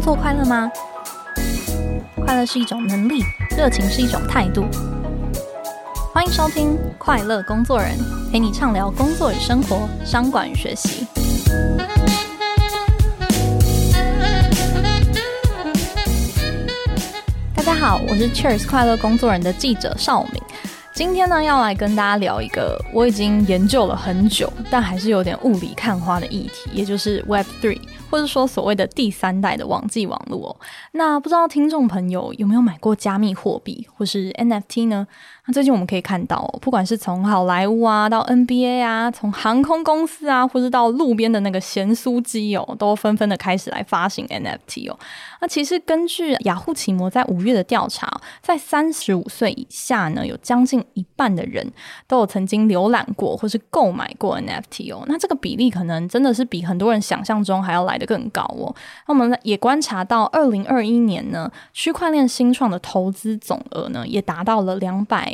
作快乐吗？快乐是一种能力，热情是一种态度。欢迎收听快乐工作人，陪你畅聊工作与生活、商管与学习。大家好，我是 Cheers 快乐工作人的记者邵敏。今天呢，要来跟大家聊一个我已经研究了很久，但还是有点雾里看花的议题，也就是 Web3， 或者说所谓的第三代的网际网络。那不知道听众朋友有没有买过加密货币或是 NFT 呢？那最近我们可以看到不管是从好莱坞啊到 NBA 啊，从航空公司啊，或是到路边的那个咸酥鸡都纷纷的开始来发行 NFT 那其实根据雅虎奇摩在5月的调查，在35岁以下呢，有将近一半的人都有曾经浏览过或是购买过 NFT 那这个比例可能真的是比很多人想象中还要来得更高那我们也观察到2021年呢，区块链新创的投资总额呢也达到了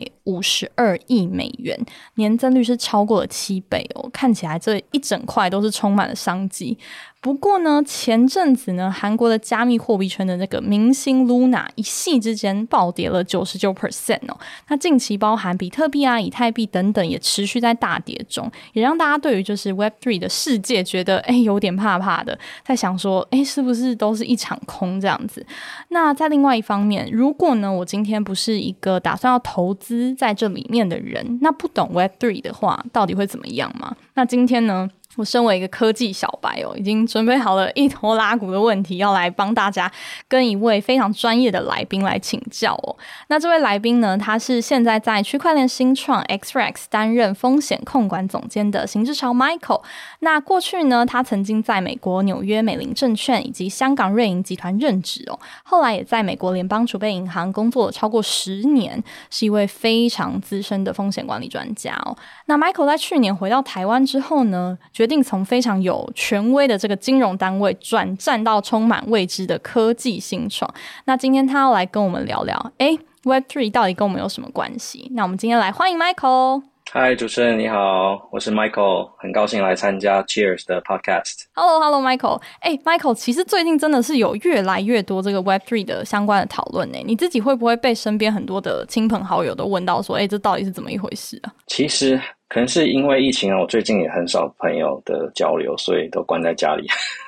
252亿美元，年增率是超过了7倍看起来这一整块都是充满了商机。不过呢，前阵子呢，韩国的加密货币圈的那个明星 Luna 一夕之间暴跌了 99% 那近期包含比特币啊、以太币等等也持续在大跌中，也让大家对于就是 Web3 的世界觉得有点怕怕的，在想说是不是都是一场空这样子。那在另外一方面，如果呢我今天不是一个打算要投资在这里面的人，那不懂 Web3 的话到底会怎么样吗？那今天呢，我身为一个科技小白已经准备好了一拖拉鼓的问题，要来帮大家跟一位非常专业的来宾来请教那这位来宾呢，他是现在在区块链新创 XREX 担任风险控管总监的邢志潮 Michael。那过去呢，他曾经在美国纽约美林证券以及香港瑞银集团任职后来也在美国联邦储备银行工作了超过10年，是一位非常资深的风险管理专家那 Michael 在去年回到台湾之后呢，决定从非常有权威的这个金融单位转战到充满未知的科技新创。那今天他要来跟我们聊聊Web3 到底跟我们有什么关系。那我们今天来欢迎 Michael。 嗨，主持人你好，我是 Michael， 很高兴来参加 Cheers 的 Podcast。Hello Michael。Michael， 其实最近真的是有越来越多这个 Web3 的相关的讨论你自己会不会被身边很多的亲朋好友都问到说这到底是怎么一回事啊？ 其实可能是因为疫情我最近也很少朋友的交流，所以都关在家里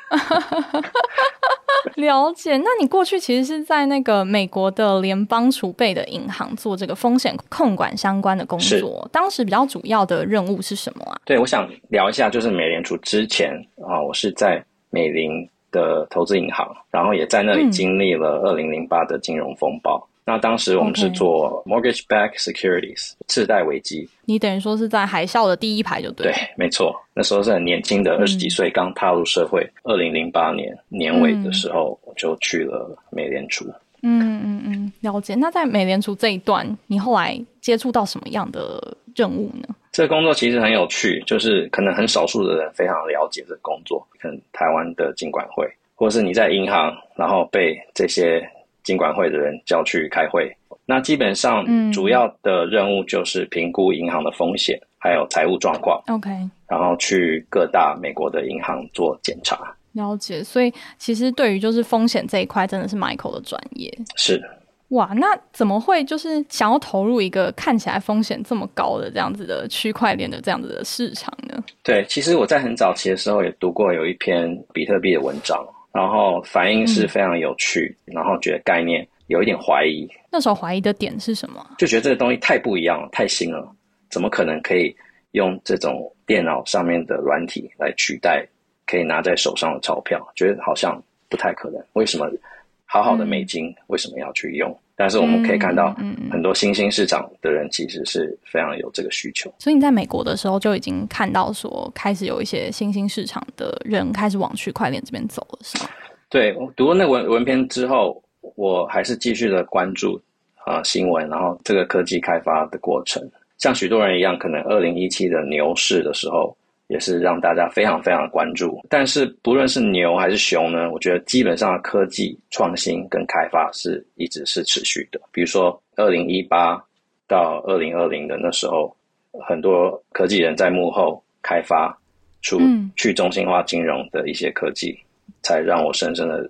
了解。那你过去其实是在那个美国的联邦储备的银行做这个风险控管相关的工作，当时比较主要的任务是什么啊？ 对，我想聊一下，就是美联储之前我是在美林的投资银行，然后也在那里经历了2008的金融风暴那当时我们是做 mortgage-backed securities 次贷危机。 你等于说是在海啸的第一排就对了。 对，没错，那时候是很年轻的20几岁刚踏入社会2008年年尾的时候我就去了美联储。 了解。那在美联储这一段你后来接触到什么样的任务呢？ 这个工作其实很有趣，就是可能很少数的人非常了解这个工作，可能台湾的金管会，或是你在银行然后被这些金管会的人叫去开会，那基本上主要的任务就是评估银行的风险还有财务状况 OK， 然后去各大美国的银行做检查。 了解。所以其实对于就是风险这一块真的是 Michael 的专业。 是。 哇，那怎么会就是想要投入一个看起来风险这么高的这样子的区块链的这样子的市场呢？ 对，其实我在很早期的时候也读过有一篇比特币的文章，然后反应是非常有趣然后觉得概念有一点怀疑。 那时候怀疑的点是什么？ 就觉得这个东西太不一样了，太新了，怎么可能可以用这种电脑上面的软体来取代可以拿在手上的钞票，觉得好像不太可能。为什么好好的美金为什么要去用？但是我们可以看到很多新兴市场的人其实是非常有这个需求。 所以你在美国的时候就已经看到说开始有一些新兴市场的人开始往区块链这边走了，是吗？ 对，我读了那个文篇之后，我还是继续的关注新闻，然后这个科技开发的过程。像许多人一样，可能2017的牛市的时候也是让大家非常非常的关注。但是不论是牛还是熊呢，我觉得基本上科技创新跟开发是一直是持续的。比如说2018到2020的那时候，很多科技人在幕后开发出去中心化金融的一些科技，才让我深深的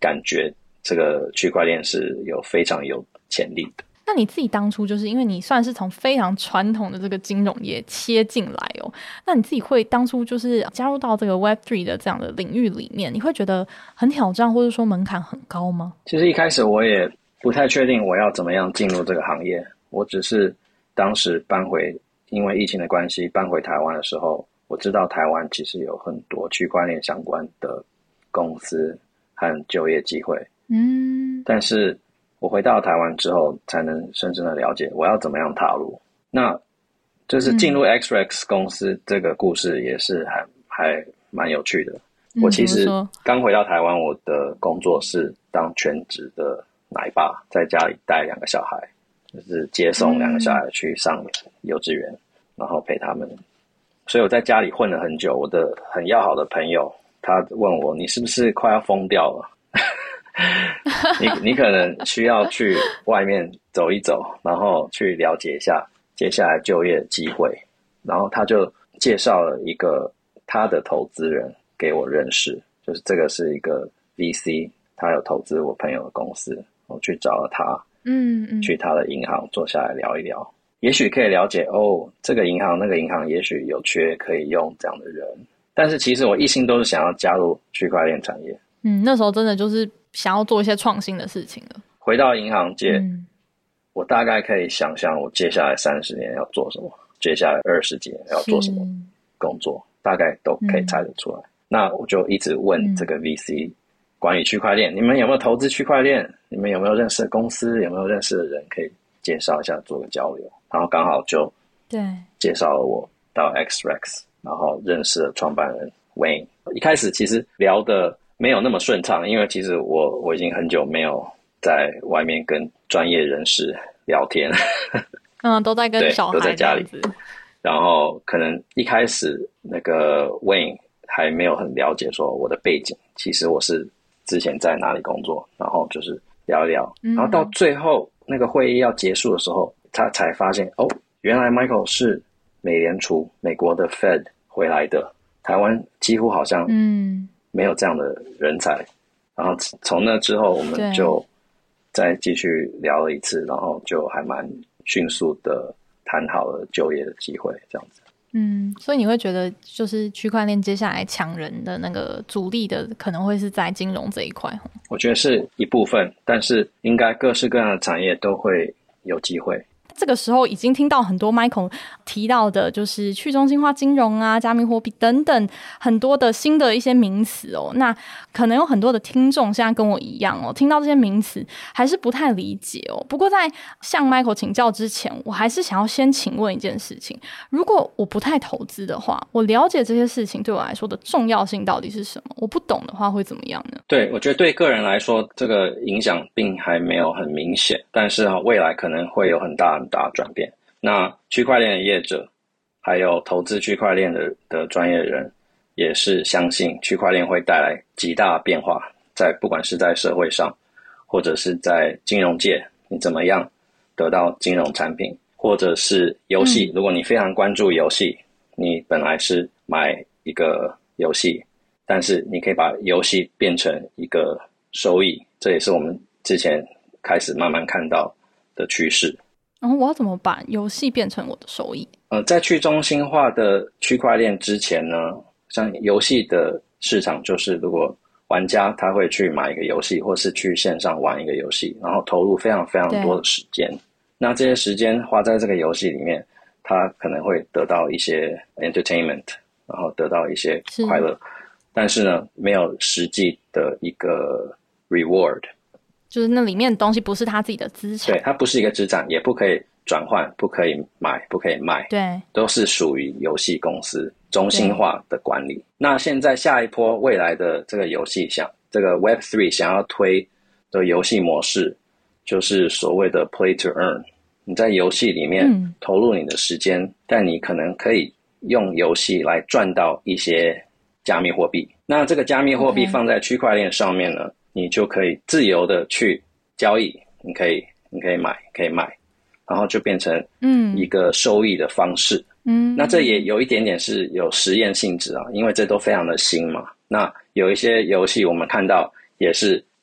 感觉这个区块链是非常有潜力的。 那你自己当初就是因为你算是从非常传统的这个金融业切进来哦，那你自己会当初就是加入到这个 Web3 的这样的领域里面，你会觉得很挑战或者说门槛很高吗？ 其实一开始我也不太确定我要怎么样进入这个行业，我只是当时因为疫情的关系搬回台湾的时候，我知道台湾其实有很多区块链相关的公司和就业机会，但是我回到台湾之后才能深深的了解我要怎么样踏入。那就是进入 XREX 公司这个故事也是还蛮有趣的。我其实刚回到台湾，我的工作是当全职的奶爸，在家里带2个小孩，就是接送2个小孩去上幼稚园，然后陪他们。所以我在家里混了很久，我的很要好的朋友他问我，你是不是快要疯掉了？你可能需要去外面走一走，然后去了解一下接下来就业机会。然后他就介绍了一个他的投资人给我认识，就是这个是一个 VC， 他有投资我朋友的公司，我去找了他，去他的银行坐下来聊一聊，也许可以了解这个银行那个银行也许有缺可以用这样的人。但是其实我一心都是想要加入区块链产业。 那时候真的就是想要做一些创新的事情了。 回到银行界，我大概可以想象我接下来30年要做什么，接下来20几年要做什么工作，大概都可以猜得出来。那我就一直问这个 VC 关于区块链，你们有没有投资区块链？你们有没有认识的公司？有没有认识的人可以介绍一下，做个交流？然后刚好就介绍了我到 XREX， 然后认识了创办人 Wayne。一开始其实聊的没有那么顺畅，因为其实我已经很久没有在外面跟专业人士聊天， 都在跟小孩都在家里。然后可能一开始那个 Wayne 还没有很了解说我的背景，其实我是之前在哪里工作，然后就是聊一聊，然后到最后那个会议要结束的时候，他才发现原来 Michael 是美联储美国的 Fed 回来的，台湾几乎好像没有这样的人才。然后从那之后我们就再继续聊了一次，然后就还蛮迅速的谈好了就业的机会这样子。 所以你会觉得就是区块链接下来抢人的那个主力的可能会是在金融这一块？ 我觉得是一部分，但是应该各式各样的产业都会有机会。 这个时候已经听到很多 Michael 提到的就是去中心化金融啊、加密货币等等很多的新的一些名词哦。那可能有很多的听众现在跟我一样哦，听到这些名词还是不太理解哦。不过在向 Michael 请教之前，我还是想要先请问一件事情：如果我不太投资的话，我了解这些事情对我来说的重要性到底是什么？我不懂的话会怎么样呢？ 对，我觉得对个人来说，这个影响并还没有很明显，但是未来可能会有很大转变。那区块链的业者还有投资区块链的专业人也是相信区块链会带来极大变化，不管是在社会上或者是在金融界，你怎么样得到金融产品，或者是游戏，如果你非常关注游戏，你本来是买一个游戏，但是你可以把游戏变成一个收益，这也是我们之前开始慢慢看到的趋势。 然后我要怎么把游戏变成我的收益？ 在去中心化的区块链之前呢，像游戏的市场就是如果玩家他会去买一个游戏，或是去线上玩一个游戏，然后投入非常非常多的时间，那这些时间花在这个游戏里面，他可能会得到一些 entertainment， 然后得到一些快乐，但是呢没有实际的一个 reward， 就是那里面的东西不是他自己的资产， 对，它不是一个资产，也不可以转换，不可以买，不可以卖， 对， 都是属于游戏公司中心化的管理。那现在下一波未来的这个游戏这个 Web3 想要推的游戏模式，就是所谓的 Play to Earn。你在游戏里面投入你的时间，但你可能可以用游戏来赚到一些加密货币。那这个加密货币放在区块链上面呢，你就可以自由的去交易，你可以买，可以卖，然后就变成一个收益的方式。那这也有一点点是有实验性质啊，因为这都非常的新嘛。那有一些游戏我们看到也是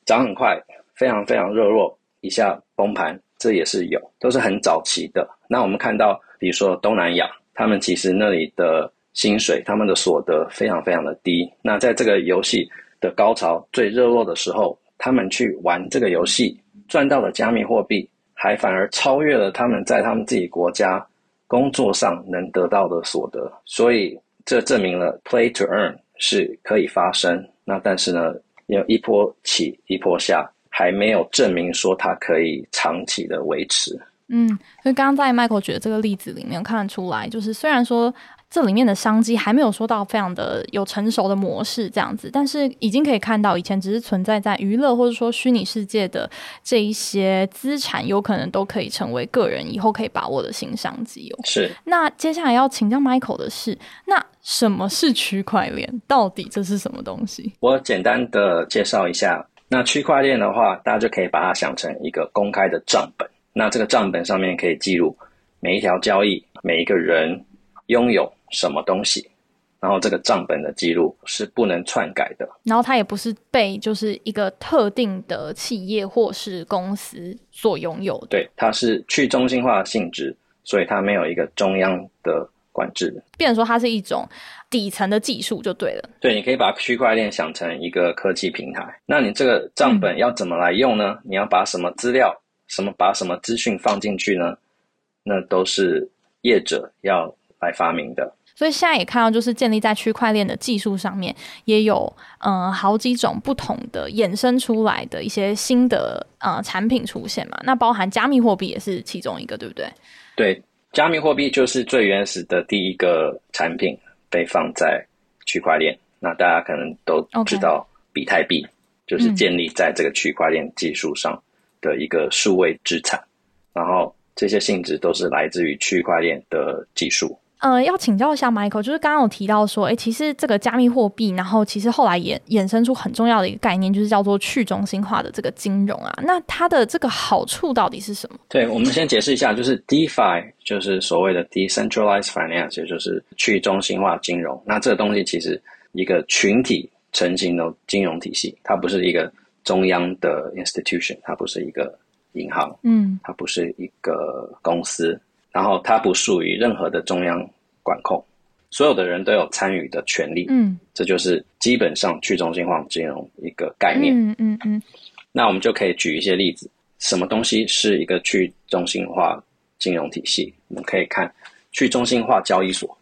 涨很快，非常非常热络，一下崩盘，这也是有，都是很早期的。那我们看到比如说东南亚，他们其实那里的薪水，他们的所得非常非常的低，那在这个游戏的高潮最热络的时候，他们去玩这个游戏赚到的加密货币还反而超越了他们在他们自己国家工作上能得到的所得，所以这证明了 play to earn 是可以发生。那但是呢，有一波起一波下，还没有证明说它可以长期的维持。 所以刚刚在 Michael 举的这个例子里面看得出来，就是虽然说这里面的商机还没有说到非常的有成熟的模式这样子，但是已经可以看到以前只是存在在娱乐或者说虚拟世界的这一些资产，有可能都可以成为个人以后可以把握的新商机哦。 是。 那接下来要请教 Michael 的是，那什么是区块链？到底这是什么东西？ 我简单的介绍一下。那区块链的话，大家就可以把它想成一个公开的账本。那这个账本上面可以记录每一条交易，每一个人拥有什么东西，然后这个账本的记录是不能篡改的， 然后它也不是被就是一个特定的企业或是公司所拥有的。 对，它是去中心化性质，所以它没有一个中央的管制， 变成说它是一种底层的技术就对了。 对，你可以把区块链想成一个科技平台。那你这个账本要怎么来用呢？你要把什么资料把什么资讯放进去呢？那都是业者要来发明的。 所以现在也看到，就是建立在区块链的技术上面，也有好几种不同的衍生出来的一些新的产品出现嘛。那包含加密货币也是其中一个，对不对？ 对，加密货币就是最原始的第一个产品被放在区块链。那大家可能都知道，比特币就是建立在这个区块链技术上的一个数位资产，然后这些性质都是来自于区块链的技术。 要请教一下 Michael， 就是刚刚有提到说，其实这个加密货币，然后其实后来也衍生出很重要的一个概念，就是叫做去中心化的这个金融啊。那它的这个好处到底是什么？ 对，我们先解释一下，就是 DeFi 就是所谓的 Decentralized Finance， 也就是去中心化金融。那这个东西其实一个群体成型的金融体系，它不是一个中央的 institution， 它不是一个银行，它不是一个公司，然后它不属于任何的中央管控，所有的人都有参与的权利。这就是基本上去中心化金融一个概念。那我们就可以举一些例子，什么东西是一个去中心化金融体系？我们可以看去中心化交易所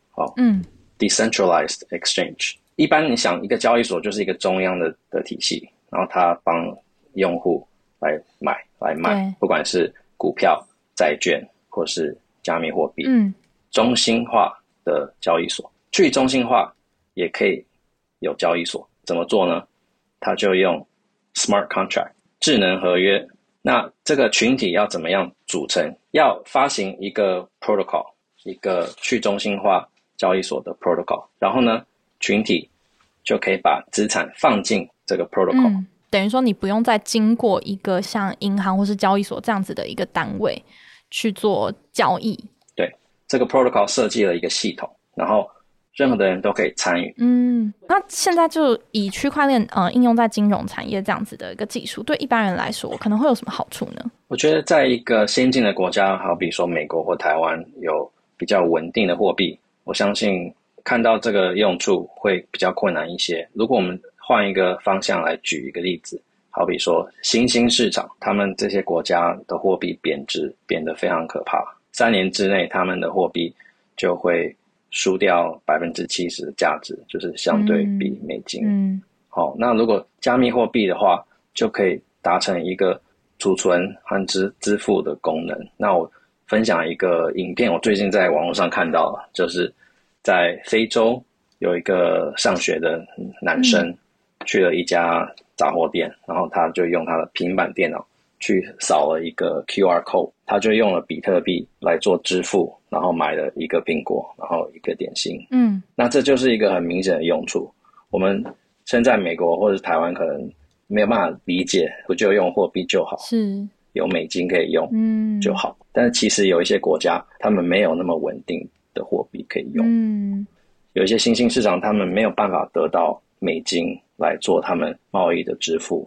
，Decentralized Exchange。一般你想一个交易所就是一个中央的体系，然后它帮用户来买来卖，不管是股票、债券或是加密货币。中心化的交易所，去中心化也可以有交易所，怎么做呢？它就用 smart contract 智能合约。那这个群体要怎么样组成？要发行一个 protocol， 一个去中心化交易所的 protocol， 然后呢，群体就可以把资产放进这个 protocol。 等于说你不用再经过一个像银行或是交易所这样子的一个单位去做交易。 对，这个 protocol 设计了一个系统，然后任何的人都可以参与。 那现在就以区块链应用在金融产业这样子的一个技术，对一般人来说可能会有什么好处呢？ 我觉得在一个先进的国家，好比说美国或台湾，有比较稳定的货币，我相信看到这个用处会比较困难一些。如果我们换一个方向来举一个例子，好比说新兴市场，他们这些国家的货币贬值贬得非常可怕，3年之内他们的货币就会输掉 70% 的价值，就是相对比美金。那如果加密货币的话，就可以达成一个储存和支付的功能。那我分享一个影片，我最近在网络上看到，就是在非洲有一个上学的男生去了一家杂货店，然后他就用他的平板电脑去扫了一个 QR code， 他就用了比特币来做支付，然后买了一个苹果，然后一个点心。那这就是一个很明显的用处。我们身在美国或者台湾可能没有办法理解，不就用货币就好，是有美金可以用就好。但是其实有一些国家他们没有那么稳定的货币可以用，有一些新兴市场他们没有办法得到美金来做他们贸易的支付，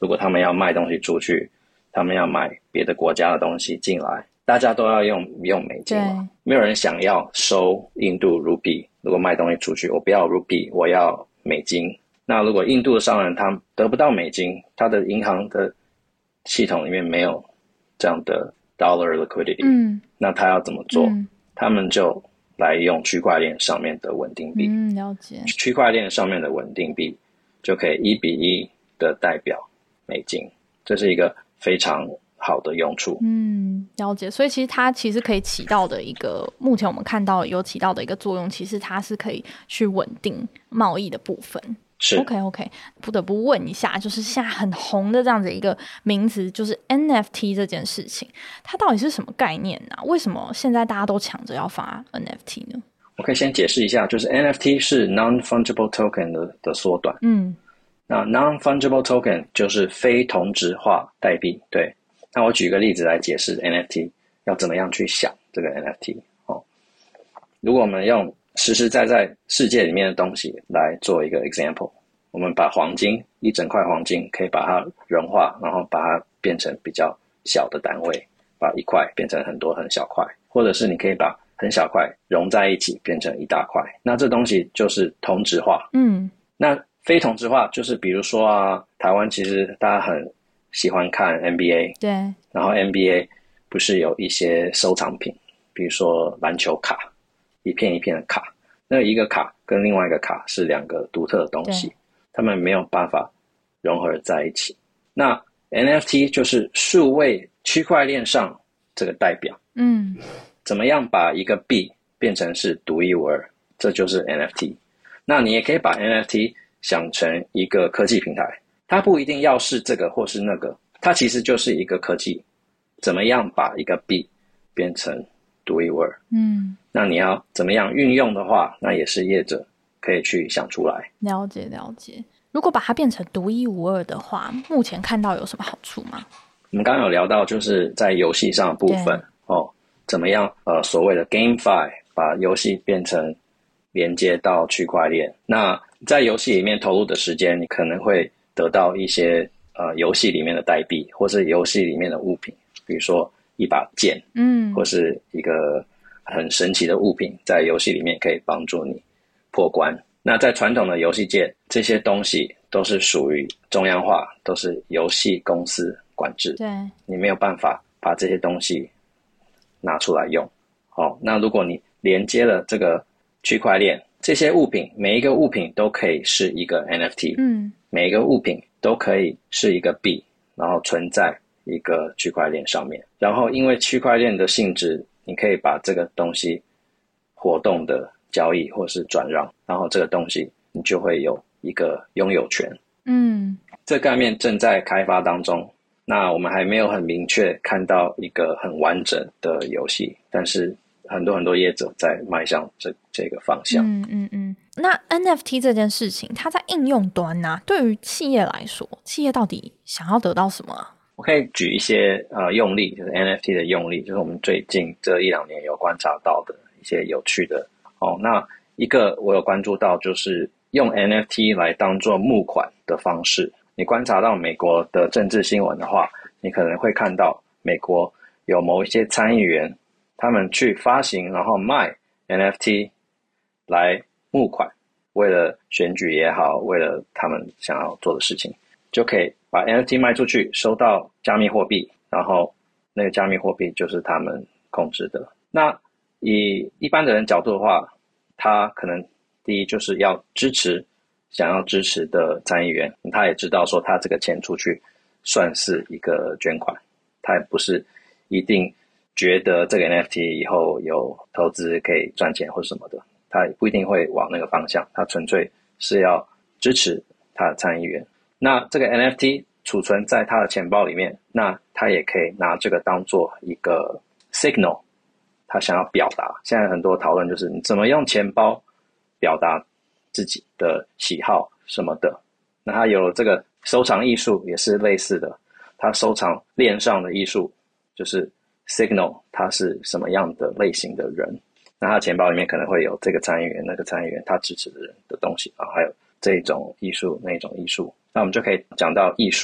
如果他们要卖东西出去，他们要买别的国家的东西进来，大家都要用美金嘛，没有人想要收印度卢比，如果卖东西出去，我不要卢比，我要美金。那如果印度的商人他得不到美金，他的银行的系统里面没有这样的 dollar liquidity，那他要怎么做？他们就来用区块链上面的稳定币。 了解。区块链上面的稳定币就可以1:1的代表美金，这是一个非常好的用处。 了解。所以其实它其实可以起到的一个，目前我们看到有起到的一个作用，其实它是可以去稳定贸易的部分。 是 OK， 不得不问一下，就是现在很红的这样子一个名词，就是 NFT 这件事情，它到底是什么概念啊？为什么现在大家都抢着要发 NFT 呢？ 我可以先解释一下，就是 NFT 是 Non-Fungible Token 的缩短。那 Non-Fungible Token 就是非同质化代币。对，那我举个例子来解释 NFT 要怎么样去想这个 NFT。如果我们用实实在在世界里面的东西来做一个 example， 我们把黄金，一整块黄金可以把它融化，然后把它变成比较小的单位，把一块变成很多很小块，或者是你可以把很小块融在一起变成一大块，那这东西就是同质化。那非同质化就是比如说啊，台湾其实大家很喜欢看 NBA， 对， 然后 NBA 不是有一些收藏品，比如说篮球卡，一片一片的卡，那一个卡跟另外一个卡是两个独特的东西，他们没有办法融合在一起。那 NFT 就是数位区块链上这个代表，怎么样把一个币变成是独一无二，这就是 NFT。 那你也可以把 NFT 想成一个科技平台，它不一定要是这个或是那个，它其实就是一个科技，怎么样把一个币变成独一无二。那你要怎么样运用的话，那也是业者可以去想出来。 了解。如果把它变成独一无二的话，目前看到有什么好处吗？ 我们刚刚有聊到就是在游戏上的部分怎么样所谓的 GameFi 把游戏变成连接到区块链。那在游戏里面投入的时间，你可能会得到一些游戏里面的代币，或是游戏里面的物品，比如说一把剑，或是一个很神奇的物品，在游戏里面可以帮助你破关。那在传统的游戏界，这些东西都是属于中央化，都是游戏公司管制， 对， 你没有办法把这些东西拿出来用。那如果你连接了这个区块链，这些物品每一个物品都可以是一个 NFT，每一个物品都可以是一个币，然后存在一个区块链上面。然后因为区块链的性质，你可以把这个东西活动的交易或是转让，然后这个东西你就会有一个拥有权。这概念正在开发当中，那我们还没有很明确看到一个很完整的游戏，但是很多业者在迈向这个方向。 那 NFT 这件事情，它在应用端啊，对于企业来说，企业到底想要得到什么啊？ 我可以举一些用例，就是 NFT 的用例，就是我们最近这1-2年有观察到的一些有趣的。那一个我有关注到，就是用 NFT 来当做募款的方式。你观察到美国的政治新闻的话，你可能会看到美国有某一些参议员，他们去发行然后卖 NFT 来募款，为了选举也好，为了他们想要做的事情，就可以把 NFT 卖出去，收到加密货币，然后那个加密货币就是他们控制的。那以一般的人角度的话，他可能第一就是要想要支持的参议员，他也知道说他这个钱出去算是一个捐款，他也不是一定觉得这个 NFT 以后有投资可以赚钱或什么的，他不一定会往那个方向，他纯粹是要支持他的参议员。那这个 NFT 储存在他的钱包里面，那他也可以拿这个当做一个 signal， 他想要表达。现在很多讨论就是你怎么用钱包表达自己的喜好什么的。那他有这个收藏艺术也是类似的，他收藏链上的艺术就是 signal 他是什么样的类型的人。那他钱包里面可能会有这个参议员那个参议员他支持的人的东西，还有这种艺术那种艺术。那我们就可以讲到艺术。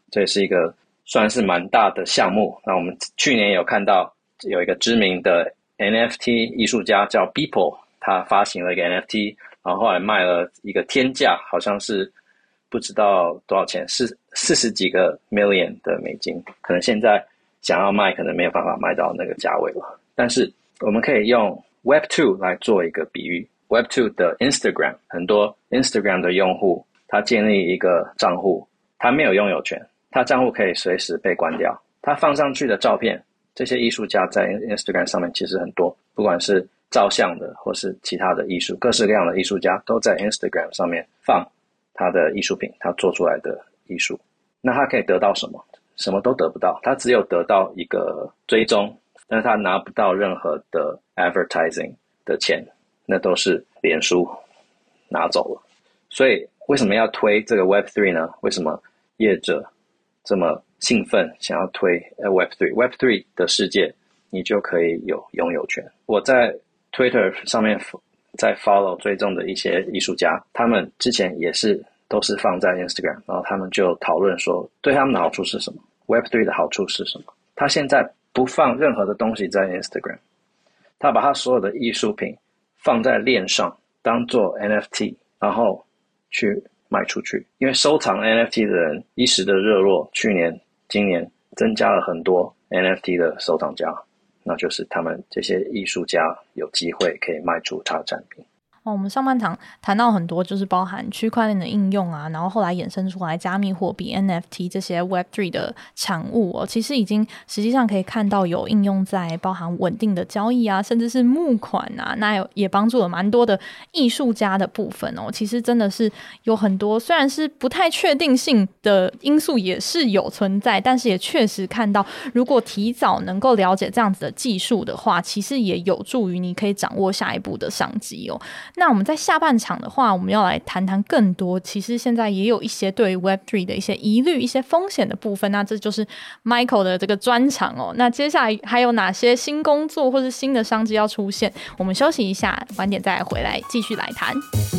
这也是一个算是蛮大的项目。那我们去年有看到有一个知名的 NFT 艺术家叫 Beeple， 他发行了一个 NFT， 然后后来卖了一个天价，好像是不知道多少钱，是40几个 million 的美金，可能现在想要卖可能没有办法卖到那个价位了。但是我们可以用 Web2 来做一个比喻。Web2 的 Instagram， 很多 Instagram 的用户他建立一个账户，他没有拥有权，他账户可以随时被关掉，他放上去的照片，这些艺术家在 Instagram 上面其实很多，不管是照相的或是其他的艺术，各式各样的艺术家都在 Instagram 上面放他的艺术品，他做出来的艺术。那他可以得到什么？什么都得不到，他只有得到一个追踪，但是他拿不到任何的 advertising 的钱，那都是脸书拿走了。所以为什么要推这个 Web3 呢？为什么业者这么兴奋想要推 Web3？ Web3 的世界你就可以有拥有权。我在 Twitter 上面在 follow 追踪的一些艺术家，他们之前也是都是放在 Instagram， 然后他们就讨论说对他们的好处是什么， Web3 的好处是什么。他现在不放任何的东西在 Instagram， 他把他所有的艺术品放在链上当做 NFT， 然后去卖出去。因为收藏 NFT 的人一时的热络，去年今年增加了很多 NFT 的收藏家，那就是他们这些艺术家有机会可以卖出他的产品。 我们上半场谈到很多就是包含区块链的应用啊，然后后来衍生出来加密货币 NFT 这些 Web3 的产物其实已经实际上可以看到有应用在包含稳定的交易啊，甚至是募款啊，那也帮助了蛮多的艺术家的部分其实真的是有很多虽然是不太确定性的因素也是有存在，但是也确实看到如果提早能够了解这样子的技术的话，其实也有助于你可以掌握下一步的商机那我们在下半场的话，我们要来谈谈更多其实现在也有一些对于 Web3 的一些疑虑、一些风险的部分，那这就是 Michael 的这个专长那接下来还有哪些新工作或是新的商机要出现？我们休息一下，晚点再回来继续来谈。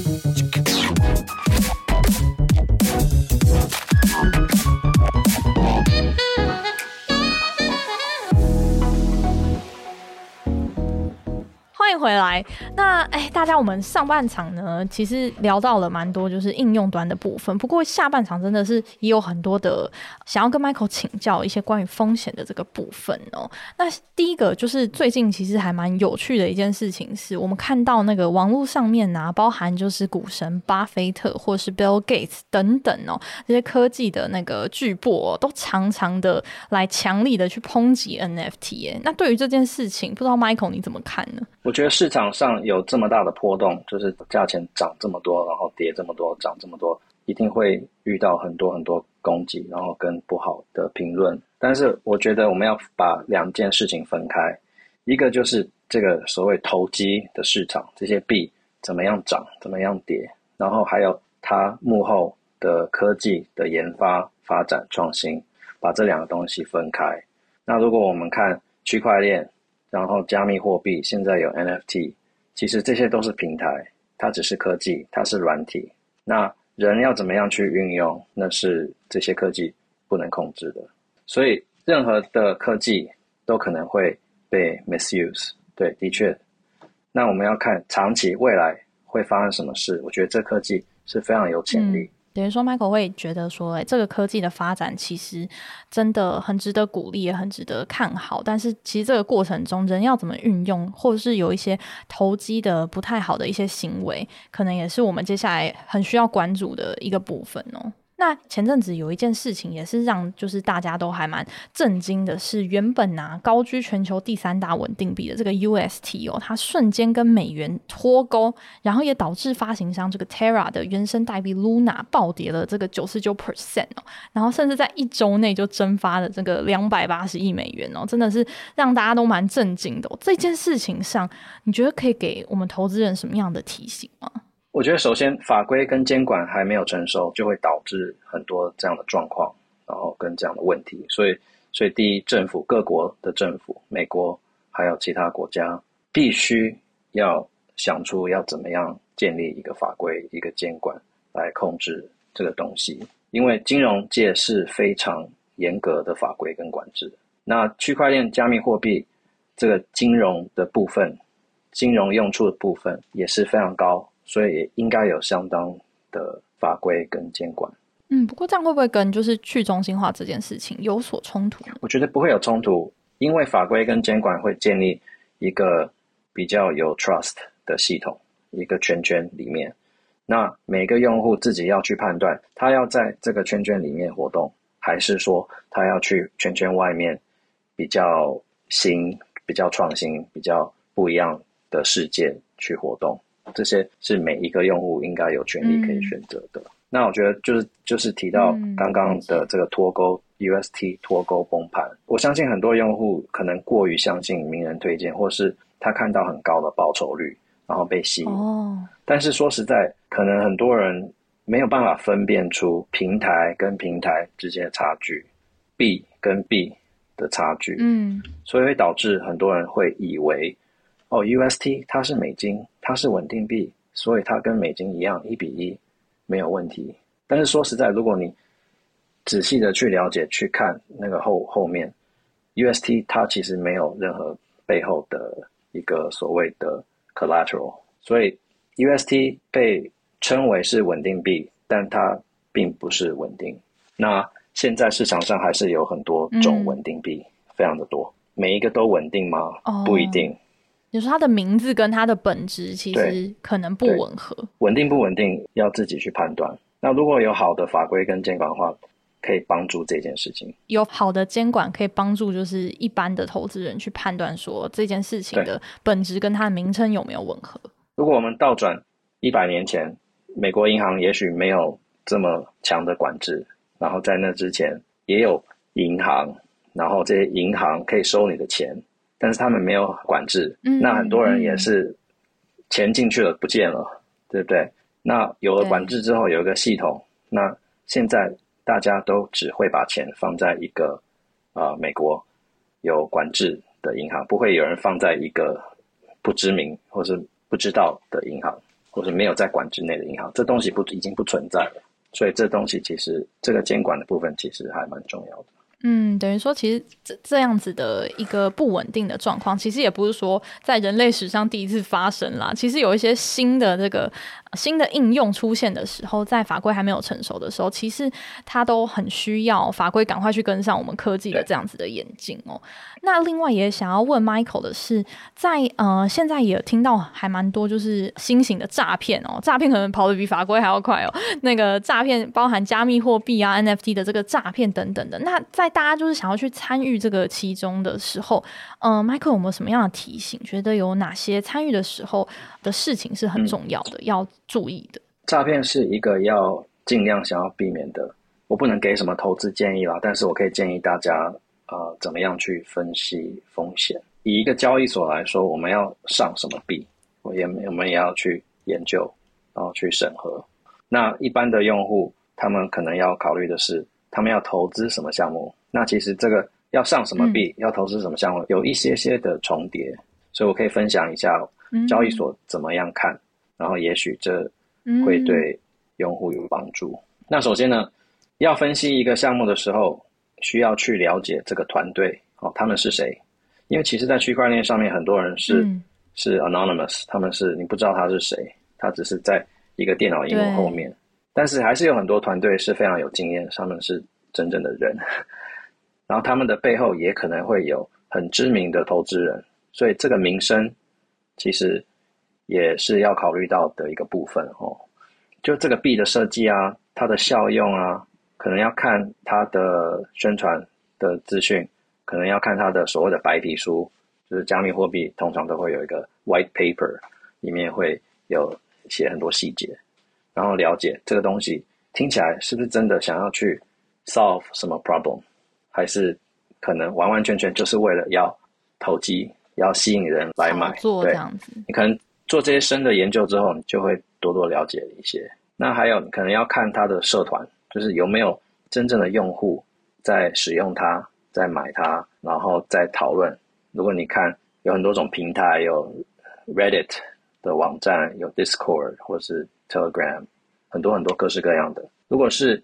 欢迎回来。那大家我们上半场呢其实聊到了蛮多就是应用端的部分，不过下半场真的是也有很多的想要跟 Michael 请教一些关于风险的这个部分那第一个就是最近其实还蛮有趣的一件事情，是我们看到那个网络上面包含就是股神巴菲特或是 Bill Gates 等等这些科技的那个巨擘都常常的来强力的去抨击 NFT 那对于这件事情，不知道 Michael 你怎么看呢？ 我觉得市场上有这么大的波动，就是价钱涨这么多，然后跌这么多，涨这么多，一定会遇到很多很多攻击，然后跟不好的评论。但是我觉得我们要把两件事情分开，一个就是这个所谓投机的市场，这些币怎么样涨，怎么样跌，然后还有它幕后的科技的研发、发展、创新，把这两个东西分开。那如果我们看区块链，然后加密货币，现在有 NFT， 其实这些都是平台，它只是科技，它是软体。那人要怎么样去运用，那是这些科技不能控制的。所以任何的科技都可能会被 misuse。对，的确。那我们要看长期未来会发生什么事，我觉得这科技是非常有潜力。 等于说 Michael 会觉得说这个科技的发展其实真的很值得鼓励，也很值得看好，但是其实这个过程中人要怎么运用，或者是有一些投机的不太好的一些行为，可能也是我们接下来很需要关注的一个部分那前阵子有一件事情也是让就是大家都还蛮震惊的，是原本高居全球第3大稳定币的这个 UST 它瞬间跟美元脱钩，然后也导致发行商这个 Terra 的原生代币 Luna 暴跌了这个 99% 然后甚至在1周内就蒸发了这个280亿美元真的是让大家都蛮震惊的这件事情上，你觉得可以给我们投资人什么样的提醒吗？ 我觉得首先法规跟监管还没有成熟，就会导致很多这样的状况，然后跟这样的问题。所以第一，政府各国的政府，美国还有其他国家，必须要想出要怎么样建立一个法规、一个监管来控制这个东西。 因为金融界是非常严格的法规跟管制。那区块链加密货币这个金融的部分，金融用处的部分也是非常高，所以也应该有相当的法规跟监管。 不过这样会不会跟就是去中心化这件事情有所冲突呢？ 我觉得不会有冲突，因为法规跟监管会建立一个比较有 trust 的系统，一个圈圈里面。那每个用户自己要去判断，他要在这个圈圈里面活动，还是说他要去圈圈外面比较新、比较创新、比较不一样的世界去活动。这些是每一个用户应该有权利可以选择的。那我觉得就是提到刚刚的这个脱钩 UST 脱钩崩盘，我相信很多用户可能过于相信名人推荐，或是他看到很高的报酬率，然后被吸引。但是说实在，可能很多人没有办法分辨出平台跟平台之间的差距，币跟币的差距，所以会导致很多人会以为UST 它是美金，它是稳定币，所以它跟美金一样1:1没有问题。但是说实在，如果你仔细的去了解去看那个后面 UST 它其实没有任何背后的一个所谓的 collateral， 所以 UST 被称为是稳定币，但它并不是稳定。那现在市场上还是有很多种稳定币，非常的多，每一个都稳定吗？不一定。 你说它的名字跟它的本质其实可能不吻合， 稳定不稳定要自己去判断。那如果有好的法规跟监管的话，可以帮助这件事情。 有好的监管可以帮助就是一般的投资人去判断说这件事情的本质跟它的名称有没有吻合。 如果我们倒转100年前，美国银行也许没有这么强的管制，然后在那之前也有银行，然后这些银行可以收你的钱，但是他们没有管制，那很多人也是钱进去了不见了，对不对？那有了管制之后有一个系统，那现在大家都只会把钱放在一个美国有管制的银行，不会有人放在一个不知名或是不知道的银行，或是没有在管制内的银行，这东西已经不存在了。所以这东西其实这个监管的部分其实还蛮重要的。 等于说其实这样子的一个不稳定的状况，其实也不是说在人类史上第一次发生啦。其实有一些新的应用出现的时候，在法规还没有成熟的时候，其实它都很需要法规赶快去跟上我们科技的这样子的演进哦。那另外也想要问 Michael 的是，在现在也听到还蛮多就是新型的诈骗哦，诈骗可能跑得比法规还要快哦。那个诈骗包含加密货币啊、NFT 的这个诈骗等等的。那在大家就是想要去参与这个其中的时候，Michael 有没有什么样的提醒？觉得有哪些参与的时候的事情是很重要的，要注意的？诈骗是一个要尽量想要避免的。我不能给什么投资建议啦，但是我可以建议大家怎么样去分析风险。以一个交易所来说，我们要上什么币，我们也要去研究，然后去审核。那一般的用户，他们可能要考虑的是，他们要投资什么项目。那其实这个要上什么币，要投资什么项目，有一些的重叠，所以我可以分享一下交易所怎么样看，然后也许这会对用户有帮助。那首先呢，要分析一个项目的时候，需要去了解这个团队他们是谁。因为其实在区块链上面很多人是 anonymous， 他们是你不知道他是谁，他只是在一个电脑荧幕后面，但是还是有很多团队是非常有经验，他们是真正的人，然后他们的背后也可能会有很知名的投资人，所以这个名声其实也是要考虑到的一个部分就这个币的设计啊，它的效用啊，可能要看它的宣传的资讯，可能要看它的所谓的白皮书，就是加密货币通常都会有一个 white paper， 里面会有写很多细节，然后了解这个东西听起来是不是真的想要去 solve 什么 problem， 还是可能完完全全就是为了要投机，要吸引人来买， 这样子。 你可能做这些深的研究之后，你就会多多了解一些。那还有你可能要看它的社团，就是有没有真正的用户在使用它，在买它，然后再讨论。如果你看有很多种平台，有 Reddit 的网站，有 Discord 或是 Telegram， 很多各式各样的。如果是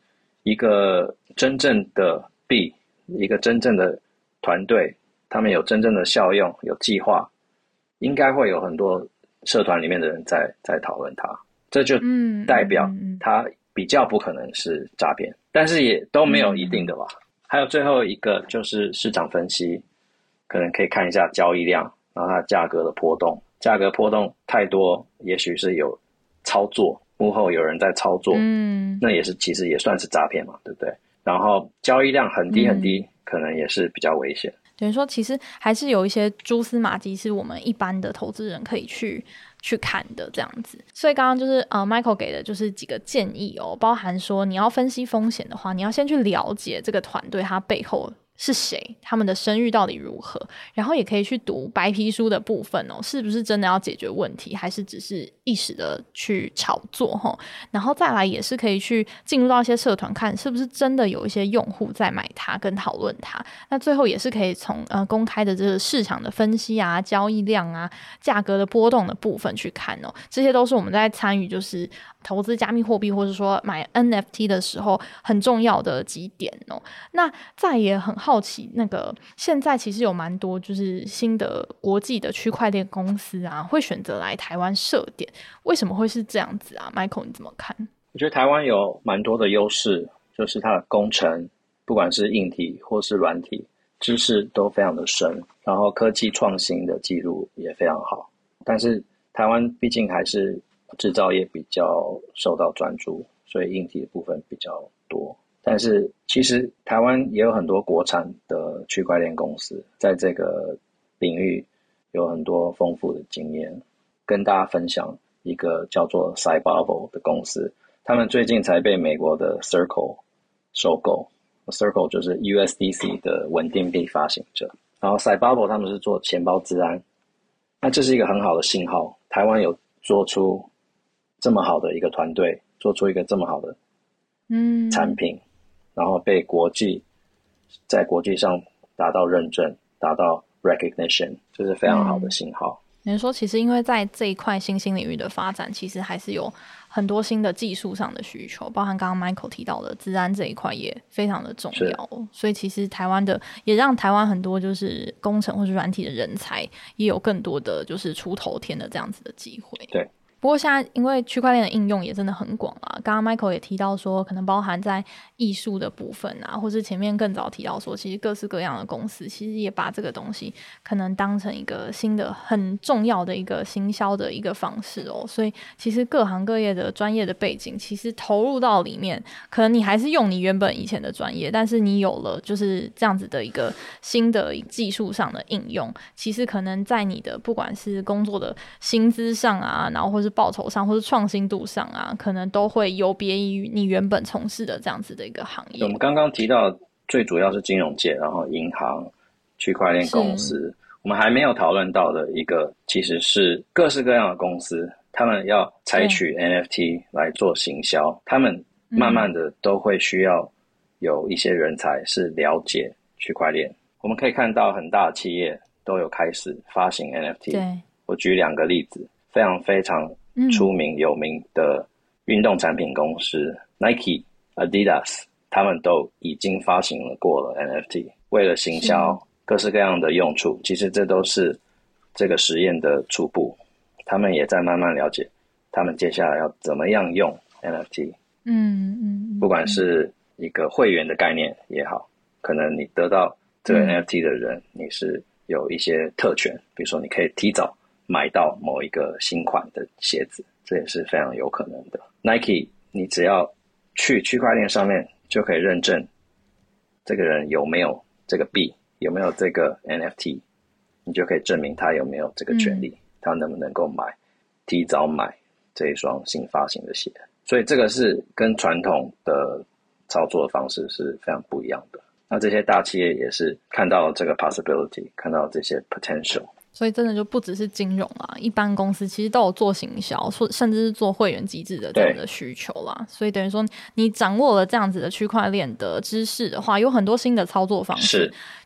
一个真正的币，一个真正的团队，他们有真正的效用，有计划，应该会有很多社团里面的人在讨论它，这就代表它比较不可能是诈骗，但是也都没有一定的吧。还有最后一个就是市场分析，可能可以看一下交易量，然后它价格的波动，价格波动太多，也许是有操作，幕后有人在操作，那也是其实也算是诈骗嘛，对不对？然后交易量很低很低，可能也是比较危险。 等于说其实还是有一些蛛丝马迹是我们一般的投资人可以去看的这样子。所以刚刚就是Michael 给的就是几个建议哦，包含说你要分析风险的话，你要先去了解这个团队它背后是谁，他们的声誉到底如何，然后也可以去读白皮书的部分哦，是不是真的要解决问题，还是只是一时的去炒作齁？然后再来也是可以去进入到一些社团看是不是真的有一些用户在买它跟讨论它。那最后也是可以从公开的这个市场的分析啊、交易量啊、价格的波动的部分去看哦，这些都是我们在参与就是投资加密货币或者说买 NFT 的时候很重要的几点哦。那再也很好奇，那个现在其实有蛮多就是新的国际的区块链公司啊，会选择来台湾设点，为什么会是这样子啊 ？Michael 你怎么看？ 我觉得台湾有蛮多的优势，就是它的工程，不管是硬体或是软体，知识都非常的深，然后科技创新的记录也非常好。但是台湾毕竟还是制造业比较受到专注，所以硬体的部分比较多。但是其实台湾也有很多国产的区块链公司，在这个领域有很多丰富的经验。跟大家分享一个叫做 Cybubble 的公司，他们最近才被美国的 Circle 收购， Circle 就是 USDC 的稳定币发行者。然后 Cybubble 他们是做钱包资安，那这是一个很好的信号，台湾有做出这么好的一个团队，做出一个这么好的产品，然后被在国际上达到认证，达到 recognition， 这是非常好的信号。 你说其实因为在这一块新兴领域的发展，其实还是有很多新的技术上的需求，包含刚刚 Michael 提到的资安这一块也非常的重要，所以其实台湾的也让台湾很多就是工程或是软体的人才也有更多的就是出头天的这样子的机会。 对。 不过现在因为区块链的应用也真的很广啦，刚刚 Michael 也提到说可能包含在艺术的部分啊，或是前面更早提到说其实各式各样的公司其实也把这个东西可能当成一个新的很重要的一个行销的一个方式哦。所以其实各行各业的专业的背景其实投入到里面，可能你还是用你原本以前的专业，但是你有了就是这样子的一个新的技术上的应用，其实可能在你的不管是工作的薪资上啊，然后或是报酬上或是创新度上啊，可能都会有别于你原本从事的这样子的一个行业。 我们刚刚提到最主要是金融界，然后银行、区块链公司，我们还没有讨论到的一个其实是各式各样的公司，他们要采取 NFT 来做行销，他们慢慢的都会需要有一些人才是了解区块链。我们可以看到很大的企业都有开始发行 NFT。 对， 我举2个例子，非常出名有名的运动产品公司 Nike、Adidas， 他们都已经发行过了 NFT， 为了行销各式各样的用处。其实这都是这个实验的初步，他们也在慢慢了解他们接下来要怎么样用 NFT。不管是一个会员的概念也好，可能你得到这个 NFT 的人，你是有一些特权，比如说你可以提早买到某一个新款的鞋子，这也是非常有可能的。Nike， 你只要去区块链上面就可以认证这个人有没有这个币，有没有这个 NFT， 你就可以证明他有没有这个权利，他能不能够提早买这一双新发行的鞋。所以这个是跟传统的操作的方式是非常不一样的。那这些大企业也是看到这个 possibility， 看到这些 potential， 所以真的就不只是金融啦，一般公司其实都有做行销，甚至是做会员机制的这样的需求啦。所以等于说你掌握了这样子的区块链的知识的话，有很多新的操作方式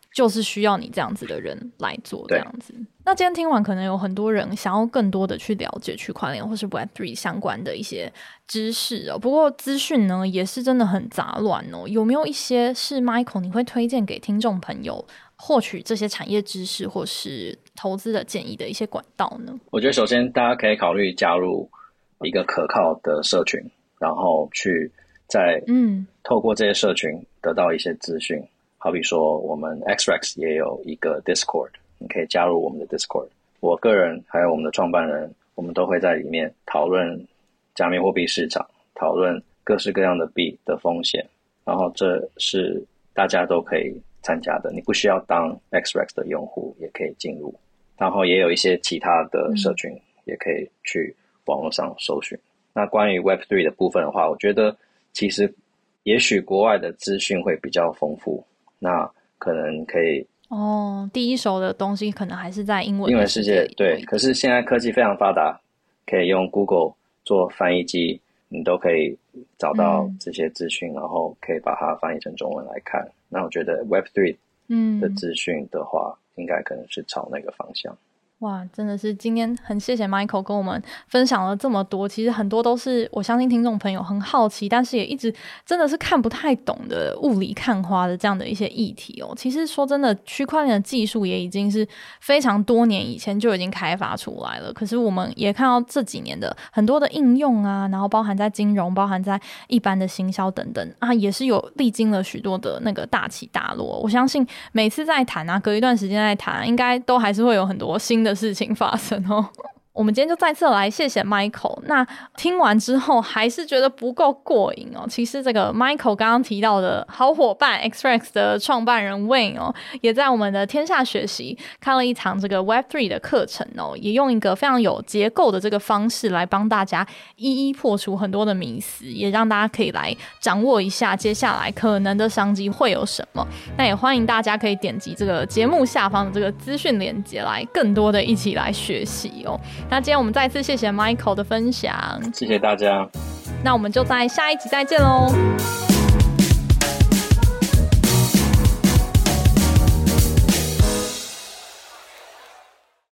就是需要你这样子的人来做这样子。那今天听完，可能有很多人想要更多的去了解区块链或是 Web3 相关的一些知识不过资讯呢也是真的很杂乱有没有一些是 Michael 你会推荐给听众朋友获取这些产业知识或是投资的建议的一些管道呢？ 我觉得首先大家可以考虑加入一个可靠的社群，然后去再透过这些社群得到一些资讯。好比说我们 XREX 也有一个 Discord， 你可以加入我们的 Discord。 我个人还有我们的创办人，我们都会在里面讨论加密货币市场，讨论各式各样的币的风险，然后这是大家都可以参加的，你不需要当 XREX 的用户也可以进入。然后也有一些其他的社群也可以去网络上搜寻。那关于 Web3 的部分的话，我觉得其实也许国外的资讯会比较丰富，那可能可以第一手的东西可能还是在英文世界。对，可是现在科技非常发达，可以用 Google 做翻译机，你都可以找到这些资讯，然后可以把它翻译成中文来看。那我觉得 Web3 的资讯的话，应该可能是朝那个方向。 哇，真的是今天很谢谢 Michael 跟我们分享了这么多，其实很多都是我相信听众朋友很好奇，但是也一直真的是看不太懂的雾里看花的这样的一些议题其实说真的，区块链的技术也已经是非常多年以前就已经开发出来了，可是我们也看到这几年的很多的应用然后包含在金融，包含在一般的行销等等也是有历经了许多的那个大起大落。我相信每次在谈隔一段时间在谈，应该都还是会有很多新的事情发生我们今天就再次来谢谢 Michael。 那听完之后还是觉得不够过瘾其实这个 Michael 刚刚提到的好伙伴 XREX 的创办人 Wayne 也在我们的天下学习开了一场这个 Web3 的课程也用一个非常有结构的这个方式来帮大家一一破除很多的迷思，也让大家可以来掌握一下接下来可能的商机会有什么。那也欢迎大家可以点击这个节目下方的这个资讯连结来更多的一起来学习那今天我们再次谢谢 Michael 的分享， 谢谢大家。 那我们就在下一集再见咯。